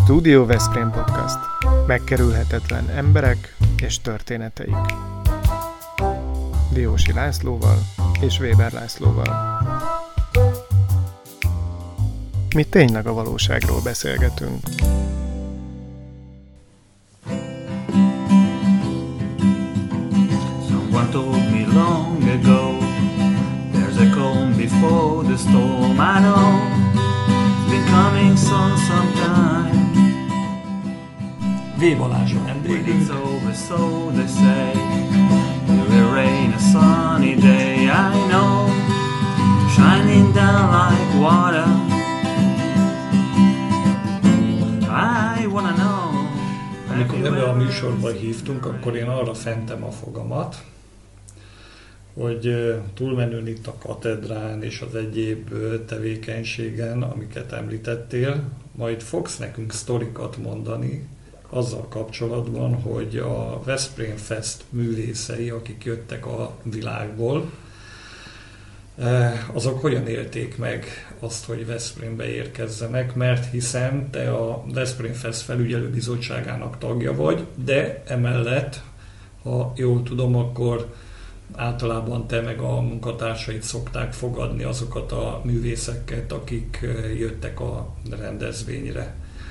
Studio Veszprém Podcast. Megkerülhetetlen emberek és történeteik. Diósi Lászlóval és Weber Lászlóval. Mi tényleg a valóságról beszélgetünk. Someone told me long ago, there's a calm before the storm. I know it's been coming sometime. V. Balázs a When vendégünk. it's over, so they say, it will rain a sunny day. I know, shining down like water. I wanna know. Amikor ebbe a műsorba hívtunk, akkor én arra fentem a fogamat, hogy túlmenően itt a katedrán és az egyéb tevékenységen, amiket említettél, majd fogsz nekünk sztorikat mondani azzal kapcsolatban, hogy a Veszprém Fest művészei, akik jöttek a világból, azok hogyan élték meg azt, hogy Veszprémbe érkezzenek, mert hiszen te a Veszprém Fest felügyelőbizottságának tagja vagy, de emellett, ha jól tudom, akkor általában te meg a munkatársaid szokták fogadni azokat a művészeket, akik jöttek a rendezvényre.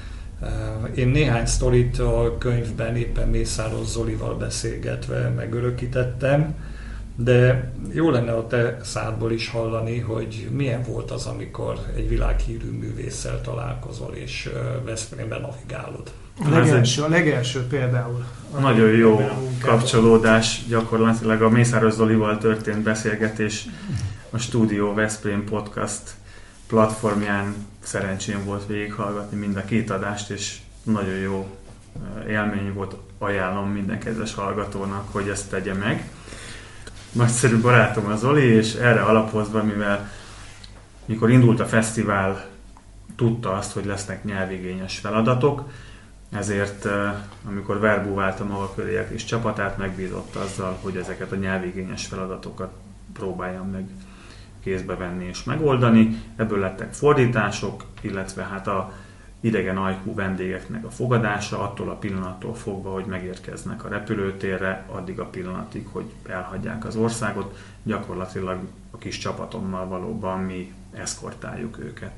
Én néhány sztorit a könyvben éppen Mészáros Zolival beszélgetve megörökítettem, de jó lenne a te szádból is hallani, hogy milyen volt az, amikor egy világhírű művésszel találkozol és Veszprémben navigálod. A legelső például. Nagyon jó kapcsolódás, gyakorlatilag a Mészáros Zolival történt beszélgetés a Studio Veszprém Podcast platformján. Szerencsém volt végighallgatni mind a két adást, és nagyon jó élmény volt, ajánlom minden kedves hallgatónak, hogy ezt tegye meg. Nagyszerű barátom az Zoli, és erre alapozva, mivel mikor indult a fesztivál, tudta azt, hogy lesznek nyelvigényes feladatok, ezért amikor verbúváltam a köré és csapatát, megbízott azzal, hogy ezeket a nyelvigényes feladatokat próbáljam meg kézbe venni és megoldani. Ebből lettek fordítások, illetve hát a idegen ajkú vendégeknek a fogadása attól a pillanattól fogva, hogy megérkeznek a repülőtérre, addig a pillanatig, hogy elhagyják az országot. Gyakorlatilag a kis csapatommal valóban mi eszkortáljuk őket.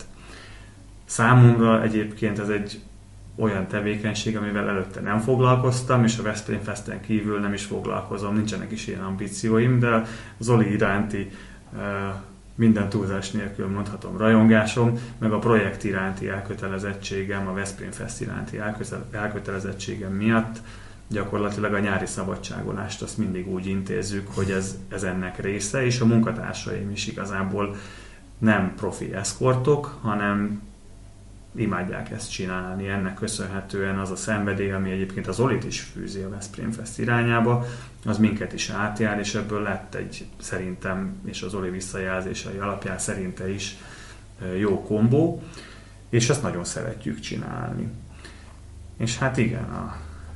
Számomra egyébként ez egy olyan tevékenység, amivel előtte nem foglalkoztam, és a Veszprém Festen kívül nem is foglalkozom, nincsenek is ilyen ambícióim, de Zoli iránti minden túlzás nélkül mondhatom rajongásom, meg a projekt iránti elkötelezettségem, a Veszprém Fest iránti elkötelezettségem miatt gyakorlatilag a nyári szabadságolást azt mindig úgy intézzük, hogy ez ennek része, és a munkatársaim is igazából nem profi eszkortok, hanem imádják ezt csinálni. Ennek köszönhetően az a szenvedély, ami egyébként az Zolit is fűzi a Veszprém Fest irányába, az minket is átjár, és ebből lett egy szerintem, és az Zoli visszajelzései alapján szerinte is jó kombó, és ezt nagyon szeretjük csinálni. És hát igen,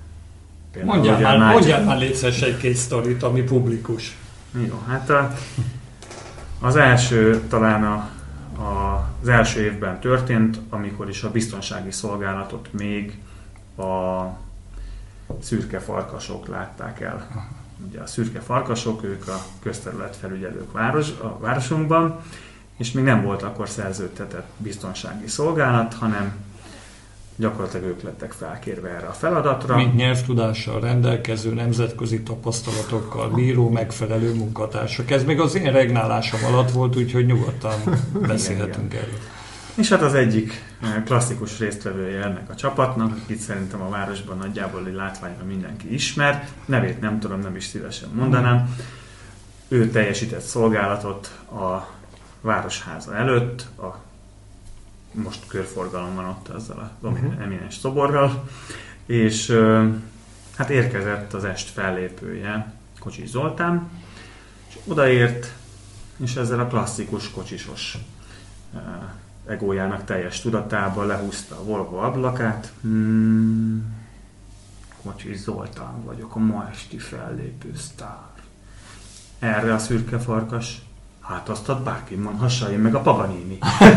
Mondjál már létszes egy-két sztorit, ami publikus. Jó, hát az első talán az első évben történt, amikor is a biztonsági szolgálatot még a szürke farkasok látták el. Ugye a szürke farkasok, ők a közterületfelügyelők a városunkban, és még nem volt akkor szerződtetett biztonsági szolgálat, hanem gyakorlatilag ők lettek felkérve erre a feladatra. Mint nyelvtudással rendelkező, nemzetközi tapasztalatokkal bíró, megfelelő munkatársak. Ez még az én regnálásom alatt volt, úgyhogy nyugodtan beszélhetünk erről. És hát az egyik klasszikus résztvevője ennek a csapatnak, akit szerintem a városban nagyjából egy látványra mindenki ismer, nevét nem tudom, nem is szívesen mondanám. Ő teljesített szolgálatot a Városháza előtt, most körforgalom van ott azzal a eminens szoborral, és hát érkezett az est fellépője, Kocsis Zoltán, és odaért, és ezzel a klasszikus kocsisos egójának teljes tudatában lehúzta a Volvo ablakát. Kocsis Zoltán vagyok, a ma esti fellépő sztár. Erre a szürke farkas, Hát azt bárki mondhassa, én meg a Paganini.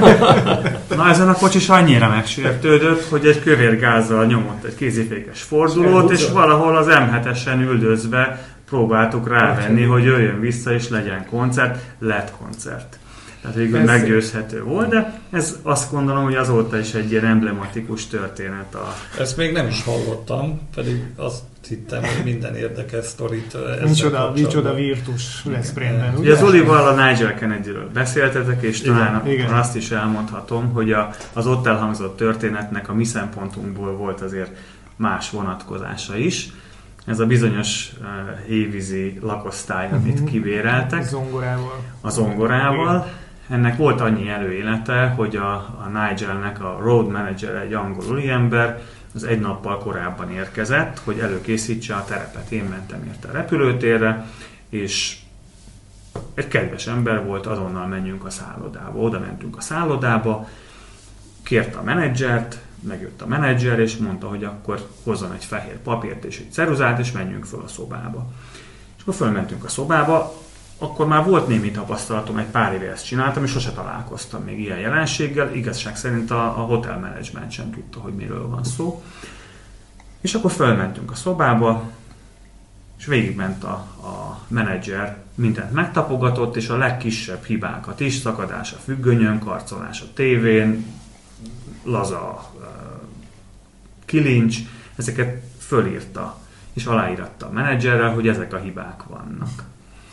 Na ezen a kocsis annyira megsértődött, hogy egy kövér gázzal nyomott egy kézifékes fordulót, és valahol az M7-esen üldözve próbáltuk rávenni, hogy jöjjön vissza és legyen koncert. Lett koncert. Tehát végül meggyőzhető volt, de ez azt gondolom, hogy azóta is egy ilyen emblematikus történet. Ezt még nem is hallottam, pedig azt hittem, hogy minden érdekes sztorit Micsoda virtus Veszprémben, ugye? Az Zolival a Nigel Kennedy-ről beszéltetek, és talán azt is elmondhatom, hogy az ott elhangzott történetnek a mi szempontunkból volt azért más vonatkozása is. Ez a bizonyos hévízi lakosztály, amit kibéreltek. A zongorával. Ennek volt annyi előélete, hogy a Nigelnek a road manager, egy angol úriember, az egy nappal korábban érkezett, hogy előkészítse a terepet. Én mentem érte a repülőtérre, és egy kedves ember volt, azonnal menjünk a szállodába. Oda mentünk a szállodába, kérte a menedzsert, megjött a menedzser, és mondta, hogy akkor hozzon egy fehér papírt és egy ceruzát, és menjünk föl a szobába. És akkor fölmentünk a szobába, akkor már volt némi tapasztalatom, egy pár éve ezt csináltam, és sose találkoztam még ilyen jelenséggel. Igazság szerint a hotel management sem tudta, hogy miről van szó. És akkor fölmentünk a szobába, és végigment a menedzser, mindent megtapogatott, és a legkisebb hibákat is, szakadás a függönyön, karcolás a tévén, laza kilincs, ezeket fölírta, és aláíratta a menedzserrel, hogy ezek a hibák vannak.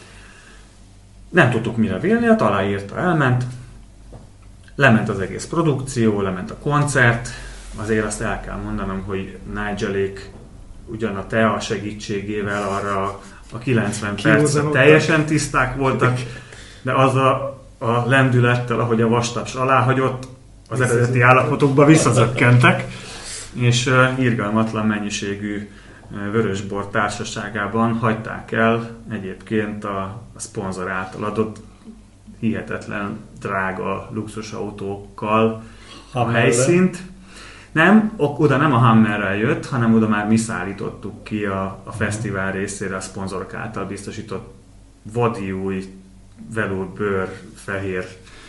Nem tudtuk mire vélni, hát aláírta, elment, lement az egész produkció, lement a koncert, azért azt el kell mondanom, hogy Nigelék ugyan a TEA segítségével arra a 90 percet teljesen tiszták voltak, de az a lendülettel, ahogy a vastaps aláhagyott, az eredeti állapotokba visszazökkentek, és irgalmatlan mennyiségű vörösbor társaságában hagyták el egyébként a szponzor által adott hihetetlen drága luxusautókkal a helyszínt. Nem, oda nem a Hammerrel jött, hanem oda már mi szállítottuk ki a fesztivál részére a szponzorok által biztosított vadi új velúrbőr fehér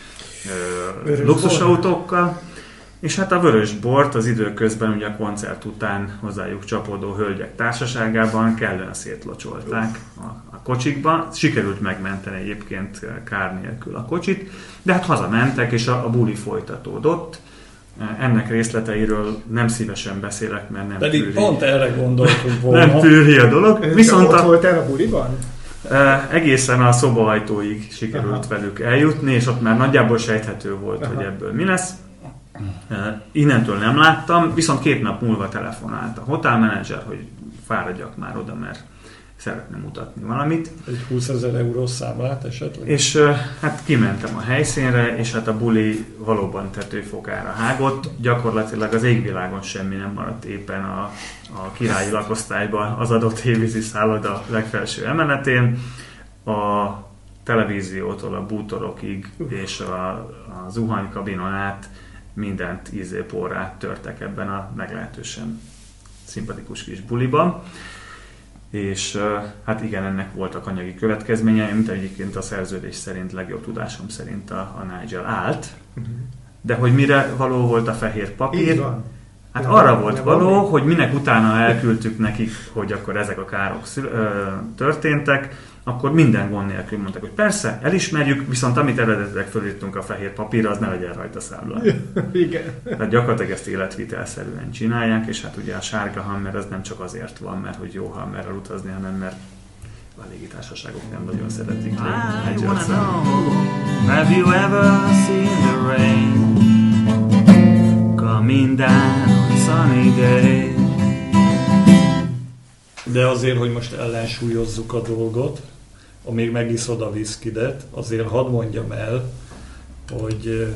luxusautókkal. És hát a vörösbort az időközben ugye a koncert után hozzájuk csapódó hölgyek társaságában kellően szétlocsolták a kocsikba. Sikerült megmenteni egyébként kár nélkül a kocsit, de hát hazamentek és a buli folytatódott. Ennek részleteiről nem szívesen beszélek, mert nem pedig tűri. Pont erre gondoltunk volna. Nem tűri a dolog. Viszont ott voltál a buliban? Egészen a szobaajtóig sikerült velük eljutni, és ott már nagyjából sejthető volt, hogy ebből mi lesz. Innentől nem láttam, viszont 2 nap múlva telefonált a hotelmenedzser, hogy fáradjak már oda, mert szeretne mutatni valamit. Egy 20 000 eurós számlát esetleg? És hát kimentem a helyszínre, és hát a buli valóban tetőfokára hágott. Gyakorlatilag az égvilágon semmi nem maradt éppen a királyi lakosztályban, az adott hévízi szálloda legfelső emeletén. A televíziótól a bútorokig és a zuhanykabinon át mindent ízé-porrá törtek ebben a meglehetősen szimpatikus kis buliban. És hát igen, ennek voltak anyagi következményei, mint egyébként a szerződés szerint, legjobb tudásom szerint a Nigel állt. De hogy mire való volt a fehér papír? Hát arra volt való, hogy minek utána elküldtük nekik, hogy akkor ezek a károk történtek, akkor minden gond nélkül mondták, hogy persze, elismerjük, viszont amit eredetileg fölírtunk a fehér papírra, az ne legyen rajta számla. Igen. Tehát gyakorlatilag ezt életvitelszerűen csinálják, és hát ugye a sárga Hammer az nem csak azért van, mert hogy jó Hammerrel utazni, hanem mert a légitársaságok nem nagyon szeretik I wanna know, have you ever seen the rain coming down on a sunny day? De azért, hogy most ellensúlyozzuk a dolgot, amíg megiszod a viszkidet, azért hadd mondjam el, hogy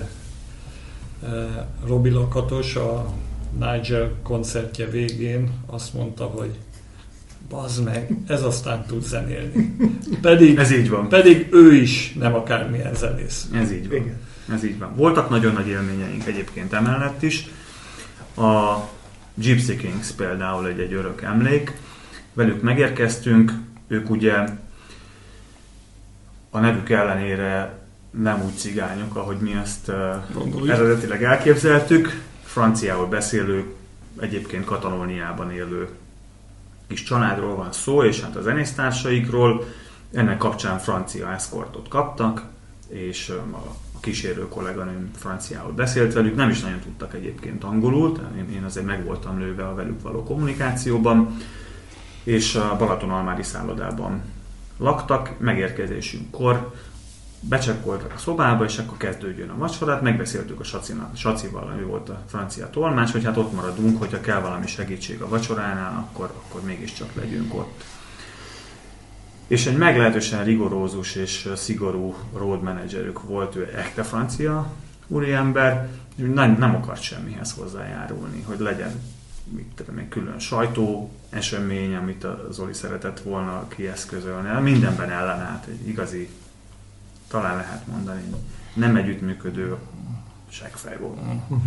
Robi Lakatos a Nigel koncertje végén azt mondta, hogy bazd meg, ez aztán tud zenélni. Pedig, ez így van. Pedig ő is nem akármilyen zenész. Ez így van. Ez így van. Voltak nagyon nagy élményeink egyébként emellett is. A Gypsy Kings például egy örök emlék. Velük megérkeztünk, ők ugye a nevük ellenére nem úgy cigányok, ahogy mi ezt eredetileg elképzeltük. Franciául beszélő, egyébként Katalóniában élő kis családról van szó, és hát a zenésztársaikról. Ennek kapcsán francia eszkortot kaptak, és a kísérő kolléganőm franciául beszélt velük, nem is nagyon tudtak egyébként angolul, tehát én azért meg voltam lőve a velük való kommunikációban, és a Balatonalmári szállodában laktak, megérkezésünkkor becsekkoltak a szobába, és akkor kezdődjön a vacsorát, megbeszéltük a Sacival, ami volt a francia tolmács, hogy hát ott maradunk, hogyha kell valami segítség a vacsoránál, akkor mégiscsak legyünk ott. És egy meglehetősen rigorózus és szigorú road managerük volt, ő echte francia úriember, nem akart semmihez hozzájárulni, hogy legyen egy külön sajtó esemény, amit a Zoli szeretett volna kieszközölni. Mindenben ellenállt, egy igazi, talán lehet mondani, nem együttműködő seggfej volt.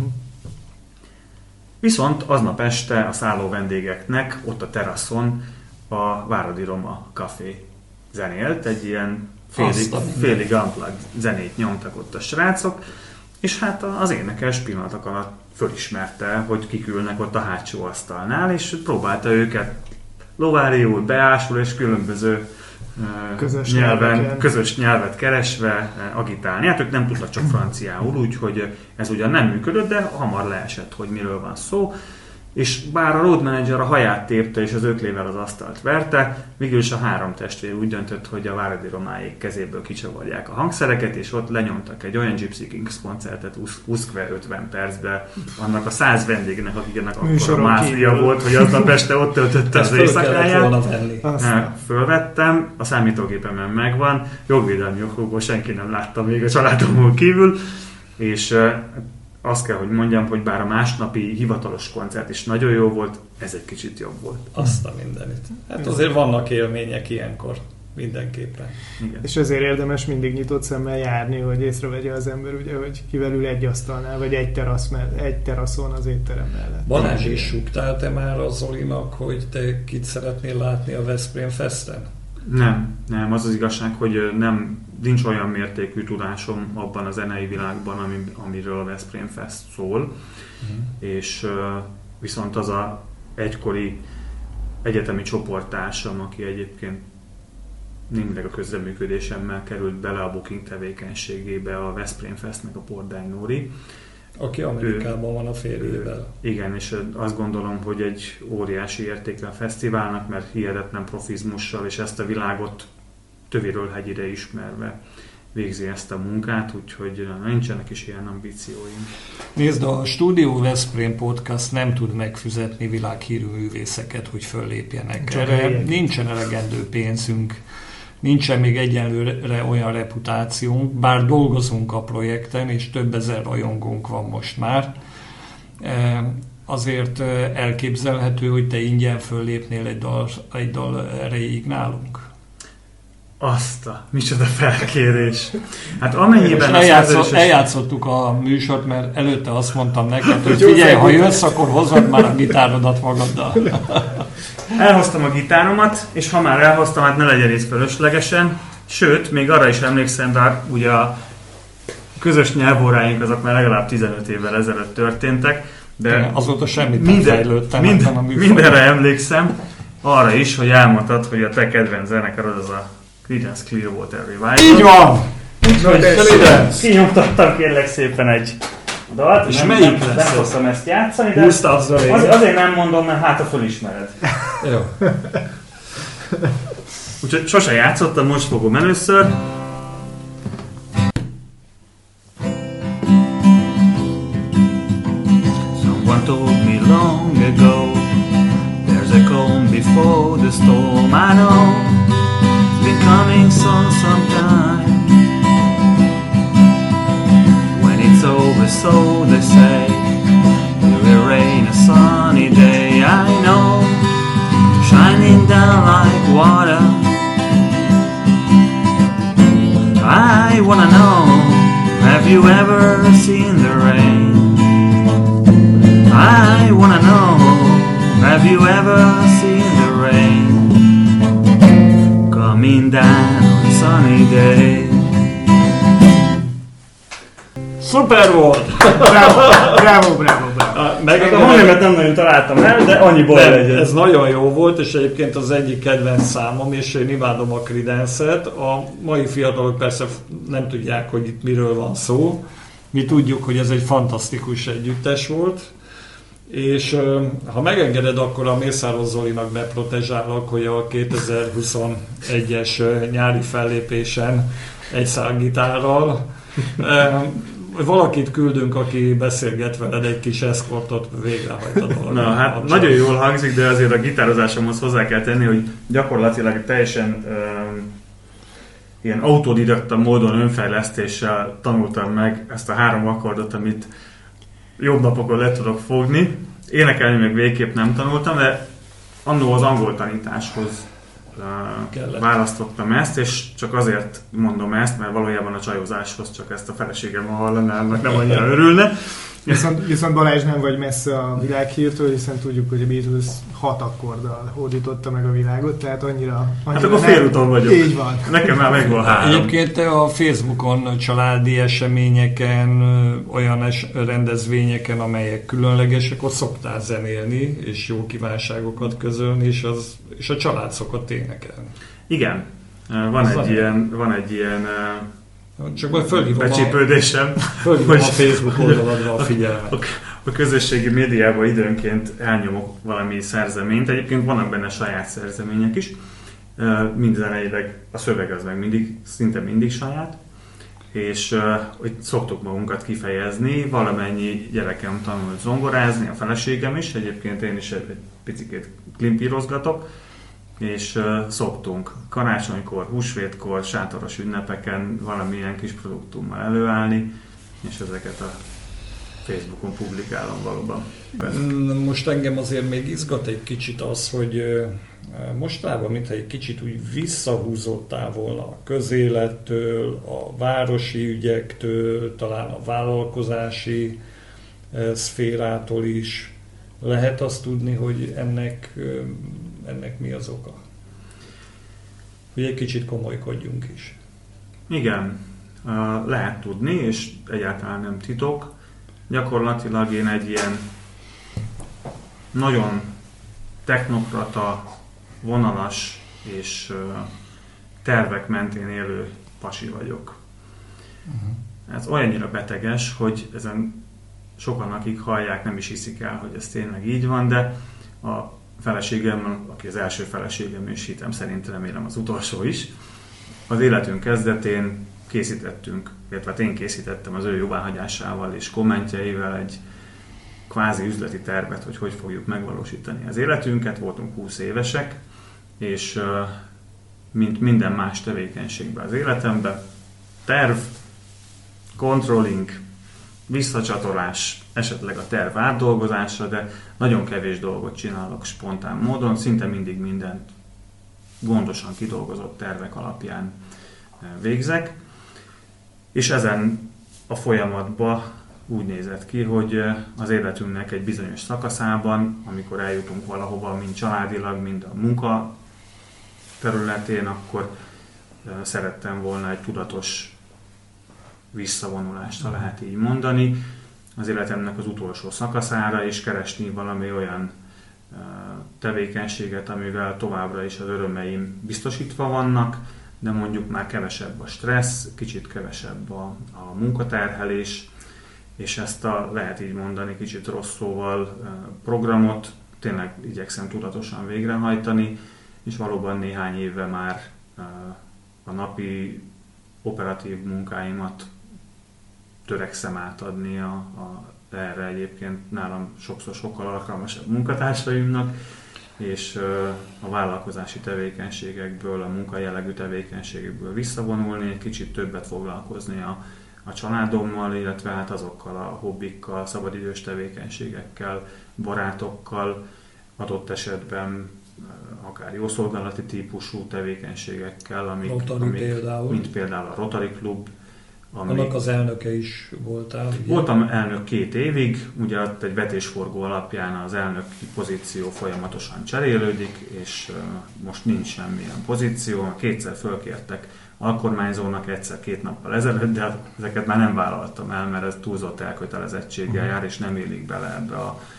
Viszont aznap este a szálló vendégeknek ott a teraszon a Váradi Roma Café zenélt, egy ilyen félig unplugged zenét nyomtak ott a srácok, és hát az énekes pillanatok alatt fölismerte, hogy kik ülnek ott a hátsó asztalnál, és próbálta őket lováriul, beásul és különböző közös nyelvet keresve agitálni. Hát ők nem tudtak csak franciául, úgyhogy ez ugyan nem működött, de hamar leesett, hogy miről van szó. És bár a road manager a haját tépte és az öklével az asztalt verte, mégis a három testvér úgy döntött, hogy a Váradi Romáék kezéből kicsavarják a hangszereket, és ott lenyomtak egy olyan Gypsy Kings koncertet 50 percben annak a 100 vendégnek, akiknek akkor a mázlia volt, hogy aznap este ott töltötte az éjszakáját. Fölvettem, a számítógépemen megvan, jogvédelmi okokból senki nem látta még a családomból kívül, és azt kell, hogy mondjam, hogy bár a másnapi hivatalos koncert is nagyon jó volt, ez egy kicsit jobb volt. Azt a mindenit. Hát azért vannak élmények ilyenkor, mindenképpen. Igen. És ezért érdemes mindig nyitott szemmel járni, hogy észrevegye az ember, ugye, hogy kivel ül egy asztalnál, vagy egy teraszon az étterem mellett. Balázs is súgtál te már a Zolinak, hogy te kit szeretnél látni a Veszprém Festen? Nem, az az igazság, hogy nincs olyan mértékű tudásom abban a zenei világban, amiről a Veszprém Fest szól, és viszont az a egykori egyetemi csoporttársam, aki egyébként mindig a közreműködésemmel került bele a booking tevékenységébe a Veszprém Festnek, a Pordány Nóri. Aki Amerikában van a férjével. Igen, és azt gondolom, hogy egy óriási értéke a fesztiválnak, mert hihetetlen profizmussal, és ezt a világot töviről hegyire ismerve végzi ezt a munkát, úgyhogy nincsenek is ilyen ambícióim. Nézd, a Studio Veszprém Podcast nem tud megfizetni világhírű művészeket, hogy föllépjenek. Erre nincsen elegendő pénzünk, nincsen még egyenlőre olyan reputációnk, bár dolgozunk a projekten, és több ezer rajongónk van most már. Azért elképzelhető, hogy te ingyen föllépnél egy dal erejéig nálunk? Micsoda felkérés. Hát amennyiben eljátszottuk a műsort, mert előtte azt mondtam neked, hogy figyelj, ha jössz, akkor hozod már a gitárodat magaddal. Elhoztam a gitáromat, és ha már elhoztam, hát ne legyen itt fölöslegesen. Sőt, még arra is emlékszem, bár ugye a közös nyelvóráink azok már legalább 15 évvel ezelőtt történtek, de azóta semmit nem fejlődtem. Mindenre emlékszem, arra is, hogy elmondtad, hogy a te kedvenc zenekarod az a Creedence Clearwater Revival. Így van! Kinyomtattam kérlek szépen egy dalt, és melyik lesz? Nem hoztam ezt játszani, de azért nem mondom, mert hát a fölismered. Jó. Úgyhogy sose játszottam, most fogom először. Someone told me long ago, there's a calm before the storm. I know it's been coming sometime. When it's over, so they say, will it rain a sunny day? I know, shining down like water. I wanna know, have you ever seen the rain? I wanna know, have you ever seen the rain coming down on a sunny day? Szuper volt! Bravo. A hangnemet nem nagyon találtam el, de annyiból legyen. Ez nagyon jó volt, és egyébként az egyik kedvenc számom, és én imádom a Creedence-et. A mai fiatalok persze nem tudják, hogy itt miről van szó. Mi tudjuk, hogy ez egy fantasztikus együttes volt. És ha megengeded, akkor a Mészáros Zolinak beprotezsálok, hogy a 2021-es nyári fellépésen egy szálgitárral valakit küldünk, aki beszélget veled, egy kis eszkortot végrehajt a dolog. Na, hát nagyon jól hangzik, de azért a gitározásomhoz hozzá kell tenni, hogy gyakorlatilag teljesen ilyen autodidakta módon önfejlesztéssel tanultam meg ezt a 3 akkordot, amit jobb napokon le tudok fogni. Énekelni meg végképp nem tanultam, de annó az angol tanításhoz választottam ezt, és csak azért mondom ezt, mert valójában a csajozáshoz csak ezt a feleségem hallaná, annak nem annyira örülne. Viszont Balázs nem vagy messze a világhírtől, hiszen tudjuk, hogy a Beatles 6 akkorddal hódította meg a világot, tehát annyira hát akkor félúton vagyok. Így van. Nekem már megvan 3. Egyébként te a Facebookon családi eseményeken, olyan rendezvényeken, amelyek különlegesek, ott szoktál zenélni, és jó kívánságokat közölni, és a család szokott énekelni. Igen. Van egy ilyen csak majd fölhívom becsípődésem, a Facebook oldaladra a figyelmet. A közösségi médiában időnként elnyomok valami szerzeményt, egyébként vannak benne saját szerzemények is, mindzeneileg a szöveg az meg szinte mindig saját, és hogy szoktuk magunkat kifejezni, valamennyi gyerekem tanult zongorázni, a feleségem is, egyébként én is egy picikét klimpírozgatok, és szoktunk karácsonykor, húsvétkor, sátoros ünnepeken valamilyen kis produktummal előállni, és ezeket a Facebookon publikálom valóban. Most engem azért még izgat egy kicsit az, hogy mostában, mintha egy kicsit úgy visszahúzottál volna a közélettől, a városi ügyektől, talán a vállalkozási szférától is. Lehet azt tudni, hogy ennek mi az oka? Hogy egy kicsit komolykodjunk is. Igen, lehet tudni, és egyáltalán nem titok. Gyakorlatilag én egy ilyen nagyon technokrata, vonalas és tervek mentén élő pasi vagyok. Ez olyannyira beteges, hogy ezen sokan, akik hallják, nem is hiszik el, hogy ez tényleg így van, de a feleségem, aki az első feleségem, és hitem szerint remélem az utolsó is, az életünk kezdetén készítettünk, illetve én készítettem az ő jóváhagyásával és kommentjeivel egy kvázi üzleti tervet, hogy fogjuk megvalósítani az életünket. Voltunk 20 évesek, és mint minden más tevékenységben az életemben, terv, controlling, visszacsatolás, esetleg a terv átdolgozása, de nagyon kevés dolgot csinálok spontán módon, szinte mindig mindent gondosan kidolgozott tervek alapján végzek. És ezen a folyamatban úgy nézett ki, hogy az életünknek egy bizonyos szakaszában, amikor eljutunk valahova, mind családilag, mind a munka területén, akkor szerettem volna egy tudatos visszavonulást, ha lehet így mondani, az életemnek az utolsó szakaszára, és keresni valami olyan tevékenységet, amivel továbbra is az örömeim biztosítva vannak, de mondjuk már kevesebb a stressz, kicsit kevesebb a munkaterhelés, és ezt lehet így mondani, kicsit rossz szóval programot tényleg igyekszem tudatosan végrehajtani, és valóban néhány éve már a napi operatív munkáimat törekszem átadni erre egyébként nálam sokszor sokkal alkalmasabb munkatársaimnak, és a vállalkozási tevékenységekből, a munkajellegű tevékenységekből visszavonulni, egy kicsit többet foglalkozni a családommal, illetve hát azokkal a hobbikkal, szabadidős tevékenységekkel, barátokkal, adott esetben akár jószolgálati típusú tevékenységekkel, mint például a Rotary Klub. Annak az elnöke is voltál? Ugye? Voltam elnök 2 évig, ugye egy vetésforgó alapján az elnöki pozíció folyamatosan cserélődik, és most nincs semmilyen pozíció. 2-szer fölkértek alkormányzónak egyszer-két nappal ezelőtt, de ezeket már nem vállaltam el, mert ez túlzott elkötelezettséggel jár, és nem élik bele ebbe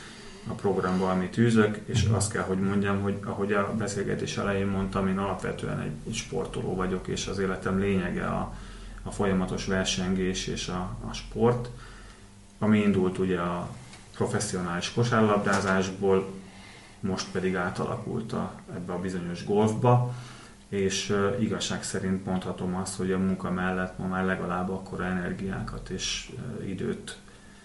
a programba, amit űzök, és azt kell, hogy mondjam, hogy ahogy a beszélgetés elején mondtam, én alapvetően egy sportoló vagyok, és az életem lényege a folyamatos versengés és a sport, ami indult ugye a professzionális kosárlabdázásból, most pedig átalakult ebbe a bizonyos golfba, és igazság szerint mondhatom azt, hogy a munka mellett ma már legalább akkora energiákat és időt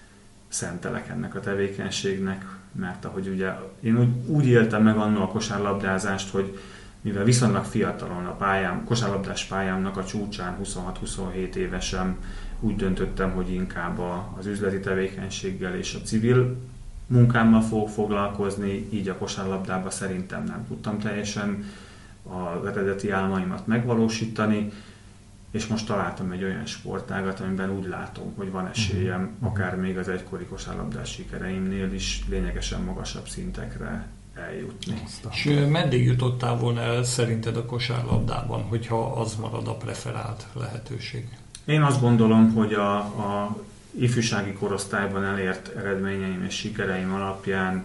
szentelek ennek a tevékenységnek, mert ahogy ugye én úgy éltem meg annól a kosárlabdázást, hogy mivel viszonylag fiatalon a kosárlabdás pályámnak a csúcsán 26-27 évesen úgy döntöttem, hogy inkább az üzleti tevékenységgel és a civil munkámmal fogok foglalkozni, így a kosárlabdába szerintem nem tudtam teljesen az eredeti álmaimat megvalósítani, és most találtam egy olyan sportágat, amiben úgy látom, hogy van esélyem akár még az egykori kosárlabdás sikereimnél is lényegesen magasabb szintekre eljutni. És meddig jutottál volna el szerinted a kosárlabdában, hogyha az marad a preferált lehetőség? Én azt gondolom, hogy a ifjúsági korosztályban elért eredményeim és sikereim alapján,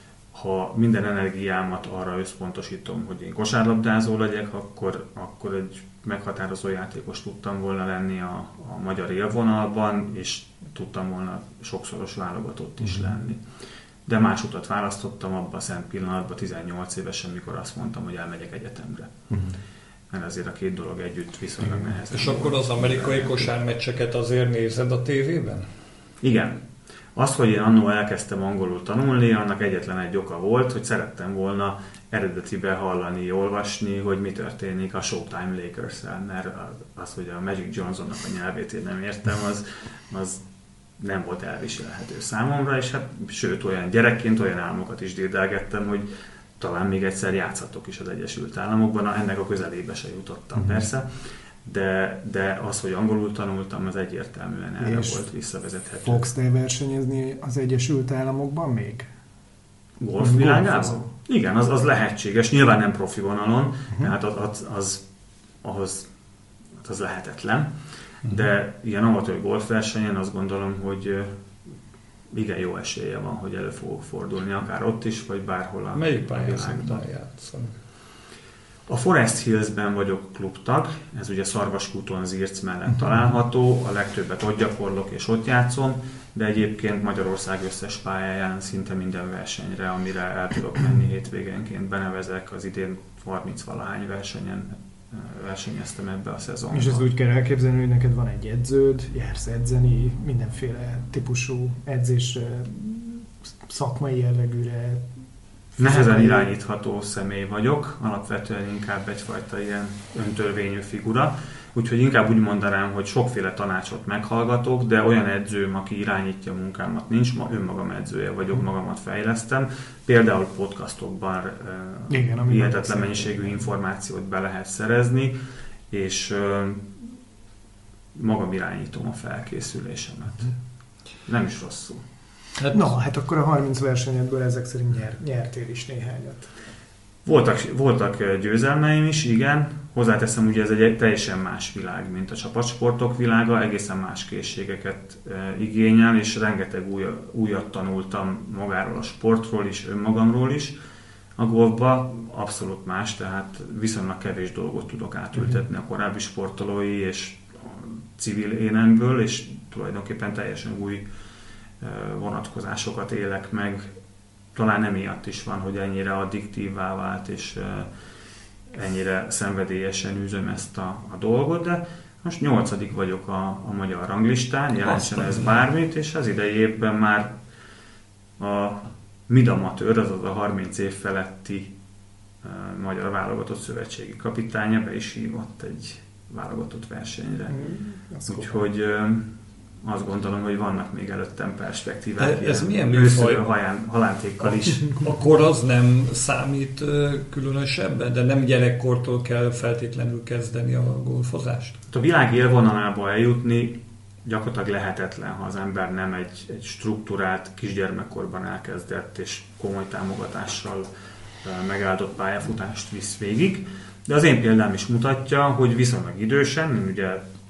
ha minden energiámat arra összpontosítom, hogy én kosárlabdázó legyek, akkor egy meghatározó játékos tudtam volna lenni a magyar élvonalban, és tudtam volna sokszoros válogatott is lenni. De más utat választottam abban a szent pillanatban, 18 évesen, mikor azt mondtam, hogy elmegyek egyetemre. Mert azért a két dolog együtt viszonylag nehezen. És akkor az amerikai kosármeccseket azért nézed a tévében? Igen. Az, hogy én annól elkezdtem angolul tanulni, annak egyetlen egy oka volt, hogy szerettem volna eredetibe hallani, olvasni, hogy mi történik a Showtime Lakers-szel, mert az, hogy a Magic Johnsonnak a nyelvét én nem értem, az nem volt elviselhető számomra, és hát sőt, olyan gyerekként olyan álmokat is dédelgettem, hogy talán még egyszer játszhatok is az Egyesült Államokban, ennek a közelébe se jutottam persze, de az, hogy angolul tanultam, az egyértelműen erre volt visszavezethető. Fogsz te versenyezni az Egyesült Államokban még? Golf világában? Igen, az lehetséges, nyilván nem profi vonalon, tehát az lehetetlen, de ilyen amatőr golfversenyen azt gondolom, hogy igen jó esélye van, hogy elő fogok fordulni, akár ott is, vagy bárhol a Melyik pályán szoktál játszani? A Forest Hillsben vagyok klubtag, ez ugye Szarvaskúton, Zirc mellett található, a legtöbbet ott gyakorlok és ott játszom, de egyébként Magyarország összes pályáján szinte minden versenyre, amire el tudok menni hétvégenként benevezek, az idén 30-valahány versenyen versenyeztem ebbe a szezonban. És ez úgy kell elképzelni, hogy neked van egy edződ, jársz edzeni, mindenféle típusú edzésre, szakmai jellegűre. Nehezen irányítható személy vagyok, alapvetően inkább egyfajta ilyen öntörvényű figura, úgyhogy inkább úgy mondanám, hogy sokféle tanácsot meghallgatok, de olyan edzőm, aki irányítja a munkámat nincs, ma önmagam edzője vagyok, magamat fejlesztem. Például podcastokban hihetetlen mennyiségű információt be lehet szerezni, és magam irányítom a felkészülésemet. Nem is rosszul. Hát akkor a 30 versenyedből ezek szerint nyertél is néhányat. Voltak győzelmeim is, igen. Hozzáteszem, ugye ez egy teljesen más világ, mint a csapatsportok világa, egészen más készségeket igényel, és rengeteg újat tanultam magáról a sportról is, önmagamról is. A golfba abszolút más, tehát viszonylag kevés dolgot tudok átültetni a korábbi sportolói és a civil énemből, és tulajdonképpen teljesen új vonatkozásokat élek meg. Talán emiatt is van, hogy ennyire addiktívvá vált, és ennyire szenvedélyesen űzöm ezt a dolgot, de most 8. vagyok a magyar ranglistán, jelentsen ez bármit, és az idei évben már a midamatőr, azaz a 30 év feletti magyar válogatott szövetségi kapitánya be is hívott egy válogatott versenyre. Úgyhogy azt gondolom, hogy vannak még előttem perspektívák. Ez milyen műfaj? Halántékkal is. Akkor az nem számít különösebben, de nem gyerekkortól kell feltétlenül kezdeni a golfozást? A világ élvonalába eljutni gyakorlatilag lehetetlen, ha az ember nem egy struktúrált kisgyermekkorban elkezdett és komoly támogatással megáldott pályafutást visz végig. De az én példám is mutatja, hogy viszonylag idősen, én ugye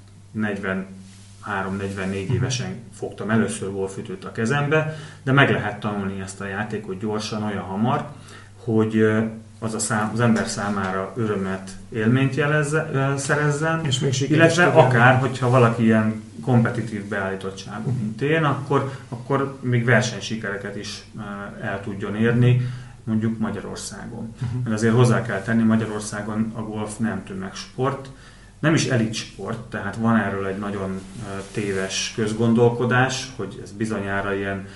43-44 évesen fogtam először golfütőt a kezembe, de meg lehet tanulni ezt a játékot gyorsan, olyan hamar, hogy az ember számára örömet, élményt szerezzen, illetve akár, hogyha valaki ilyen kompetitív beállítottságú, mint én, akkor még versenysikereket is el tudjon érni, mondjuk Magyarországon. Mert azért hozzá kell tenni, Magyarországon a golf nem tömegsport, nem is elitsport, tehát van erről egy nagyon téves közgondolkodás, hogy ez bizonyára ilyen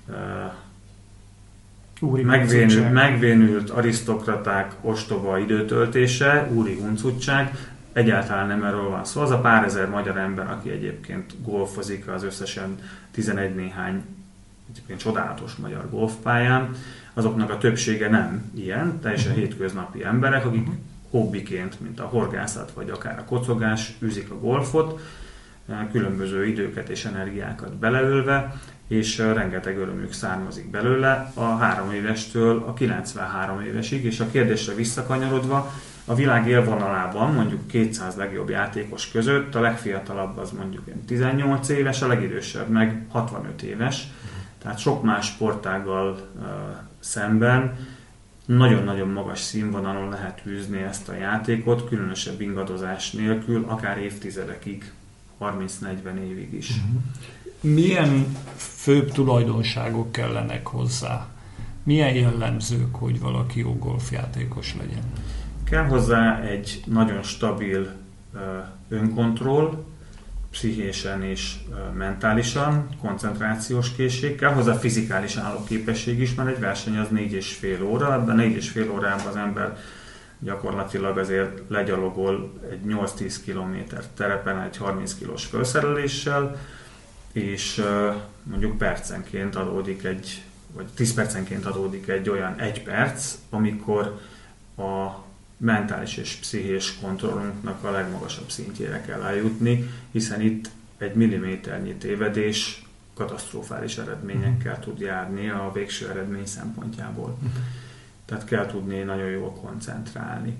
megvénült arisztokraták ostoba időtöltése, úri huncutság, egyáltalán nem erről van szó. Az a pár ezer magyar ember, aki egyébként golfozik az összesen 11 néhány egyébként csodálatos magyar golfpályán, azoknak a többsége nem ilyen, teljesen hétköznapi emberek, akik hobbiként, mint a horgászat vagy akár a kocogás űzik a golfot, különböző időket és energiákat beleölve, és rengeteg örömük származik belőle a 3 évestől a 93 évesig, és a kérdésre visszakanyarodva, a világ élvonalában mondjuk 200 legjobb játékos között a legfiatalabb az mondjuk 18 éves, a legidősebb meg 65 éves, tehát sok más sportággal szemben nagyon-nagyon magas színvonalon lehet űzni ezt a játékot, különösebb ingadozás nélkül, akár évtizedekig, 30-40 évig is. Milyen főbb tulajdonságok kellenek hozzá? Milyen jellemzők, hogy valaki jó golfjátékos legyen? Kell hozzá egy nagyon stabil önkontroll, pszichésen és mentálisan, koncentrációs készség, kell hozzá fizikális állóképesség is, mert egy verseny az 4,5 óra, ebben 4,5 órában az ember gyakorlatilag azért legyalogol egy 8-10 km terepen egy 30 kilós felszereléssel, és mondjuk percenként adódik vagy 10 percenként adódik egy olyan 1 perc, amikor a mentális és pszichés kontrollunknak a legmagasabb szintjére kell eljutni, hiszen itt egy milliméternyi tévedés katasztrofális eredményekkel tud járni a végső eredmény szempontjából. Tehát kell tudni nagyon jól koncentrálni.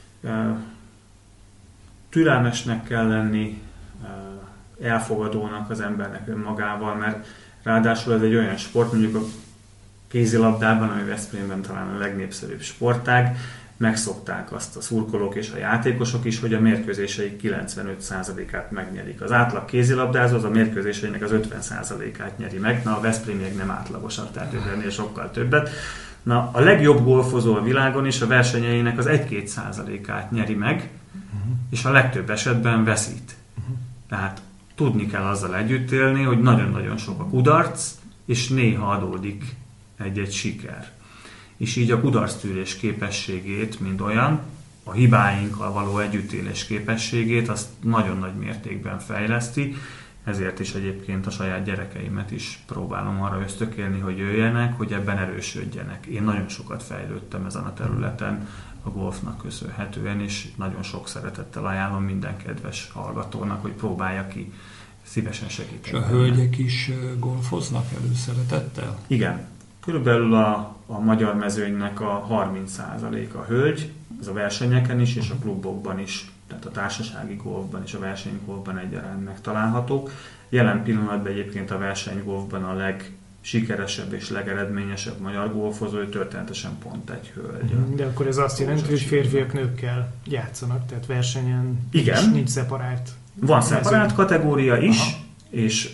Türelmesnek kell lenni, elfogadónak az embernek önmagával, mert ráadásul ez egy olyan sport, mondjuk a kézilabdában, ami Veszprémben talán a legnépszerűbb sportág, megszokták azt a szurkolók és a játékosok is, hogy a mérkőzéseik 95%-át megnyerik. Az átlag kézilabdázó az a mérkőzéseinek az 50%-át nyeri meg, na a veszprémiek nem átlagosak, tehát ennél sokkal többet. Na, a legjobb golfozó a világon is a versenyeinek az 1-2%-át nyeri meg, és a legtöbb esetben veszít. Tehát tudni kell azzal együtt élni, hogy nagyon-nagyon sok a kudarc, és néha adódik egy-egy siker. És így a kudarctűrés képességét, mint olyan, a hibáinkkal való együttélés képességét, azt nagyon nagy mértékben fejleszti, ezért is egyébként a saját gyerekeimet is próbálom arra ösztökélni, hogy jöjjenek, hogy ebben erősödjenek. Én nagyon sokat fejlődtem ezen a területen a golfnak köszönhetően, és nagyon sok szeretettel ajánlom minden kedves hallgatónak, hogy próbálja ki, szívesen segíteni. És a hölgyek is golfoznak előszeretettel? Igen. Körülbelül a magyar mezőnynek a 30%-a hölgy, ez a versenyeken is, és a klubokban is, tehát a társasági golfban és a versenygolfban egyaránt megtalálhatók. Jelen pillanatban egyébként a versenygolfban a legsikeresebb és legeredményesebb magyar golfozó, történetesen pont egy hölgy. De akkor ez azt jelenti, hogy férfiak nőkkel játszanak, tehát versenyen igen. Nincs szeparált. Van szeparált kategória is, és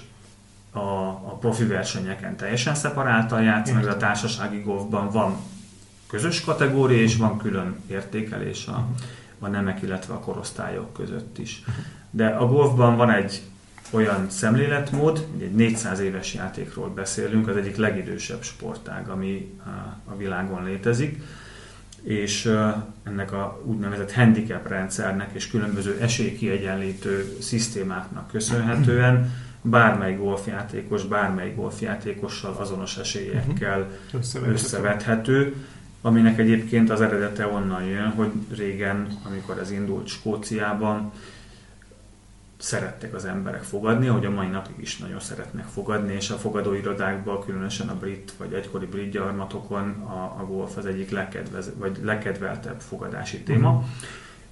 a profi versenyeken teljesen szeparáltan játszanak, de a társasági golfban van közös kategória, és van külön értékelés a nemek, illetve a korosztályok között is. De a golfban van egy olyan szemléletmód, egy 400 éves játékról beszélünk, az egyik legidősebb sportág, ami a világon létezik, és ennek a úgynevezett handicap rendszernek és különböző esélykiegyenlítő szisztémáknak köszönhetően bármely golfjátékossal azonos esélyekkel összevethető, aminek egyébként az eredete onnan jön, hogy régen, amikor ez indult Skóciában, szerettek az emberek fogadni, ahogy a mai napig is nagyon szeretnek fogadni, és a fogadóirodákban, különösen a brit vagy egykori brit gyarmatokon a golf az egyik legkedveltebb fogadási téma.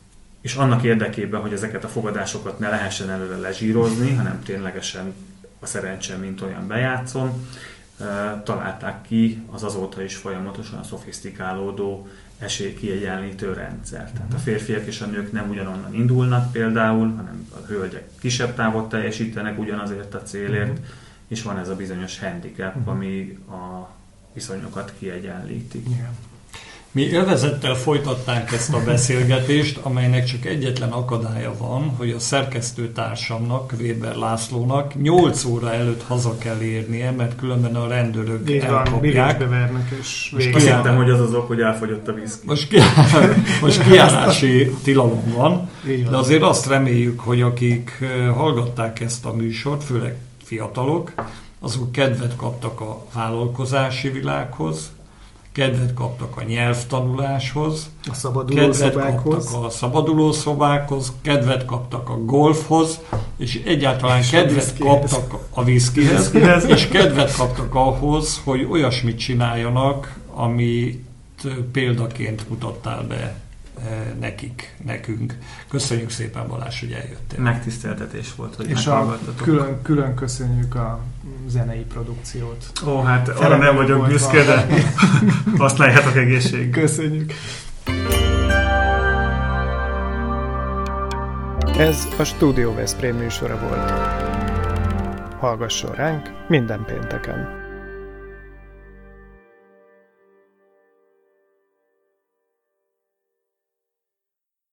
és annak érdekében, hogy ezeket a fogadásokat ne lehessen előre lezsírozni, hanem ténylegesen a szerencse mint olyan bejátszon, találták ki az azóta is folyamatosan szofisztikálódó esélykiegyenlítő rendszer. Tehát a férfiak és a nők nem ugyanonnan indulnak például, hanem a hölgyek kisebb távot teljesítenek ugyanazért a célért, és van ez a bizonyos handicap, ami a viszonyokat kiegyenlíti. Mi élvezettel folytatnánk ezt a beszélgetést, amelynek csak egyetlen akadálya van, hogy a szerkesztőtársamnak, Weber Lászlónak 8 óra előtt haza kell érnie, mert különben a rendőrök elkapják. És azt hittem, hogy az az ok, hogy elfogyott a viszki. Most kijárási tilalom van, de azért azt reméljük, hogy akik hallgatták ezt a műsort, főleg fiatalok, azok kedvet kaptak a vállalkozási világhoz, kedvet kaptak a nyelvtanuláshoz, kedvet kaptak a szabadulószobákhoz, kedvet kaptak a golfhoz, és egyáltalán kedvet kaptak a viszkihez, és kedvet kaptak ahhoz, hogy olyasmit csináljanak, amit példaként mutattál be nekünk. Köszönjük szépen, Balázs, hogy eljöttél. Megtiszteltetés volt, hogy és meghallgattatok. Külön köszönjük a zenei produkciót. Ó, hát arra nem vagyok büszke, de használjátok egészségünkre. Köszönjük. Ez a Stúdió Veszprém műsora volt. Hallgasson ránk minden pénteken!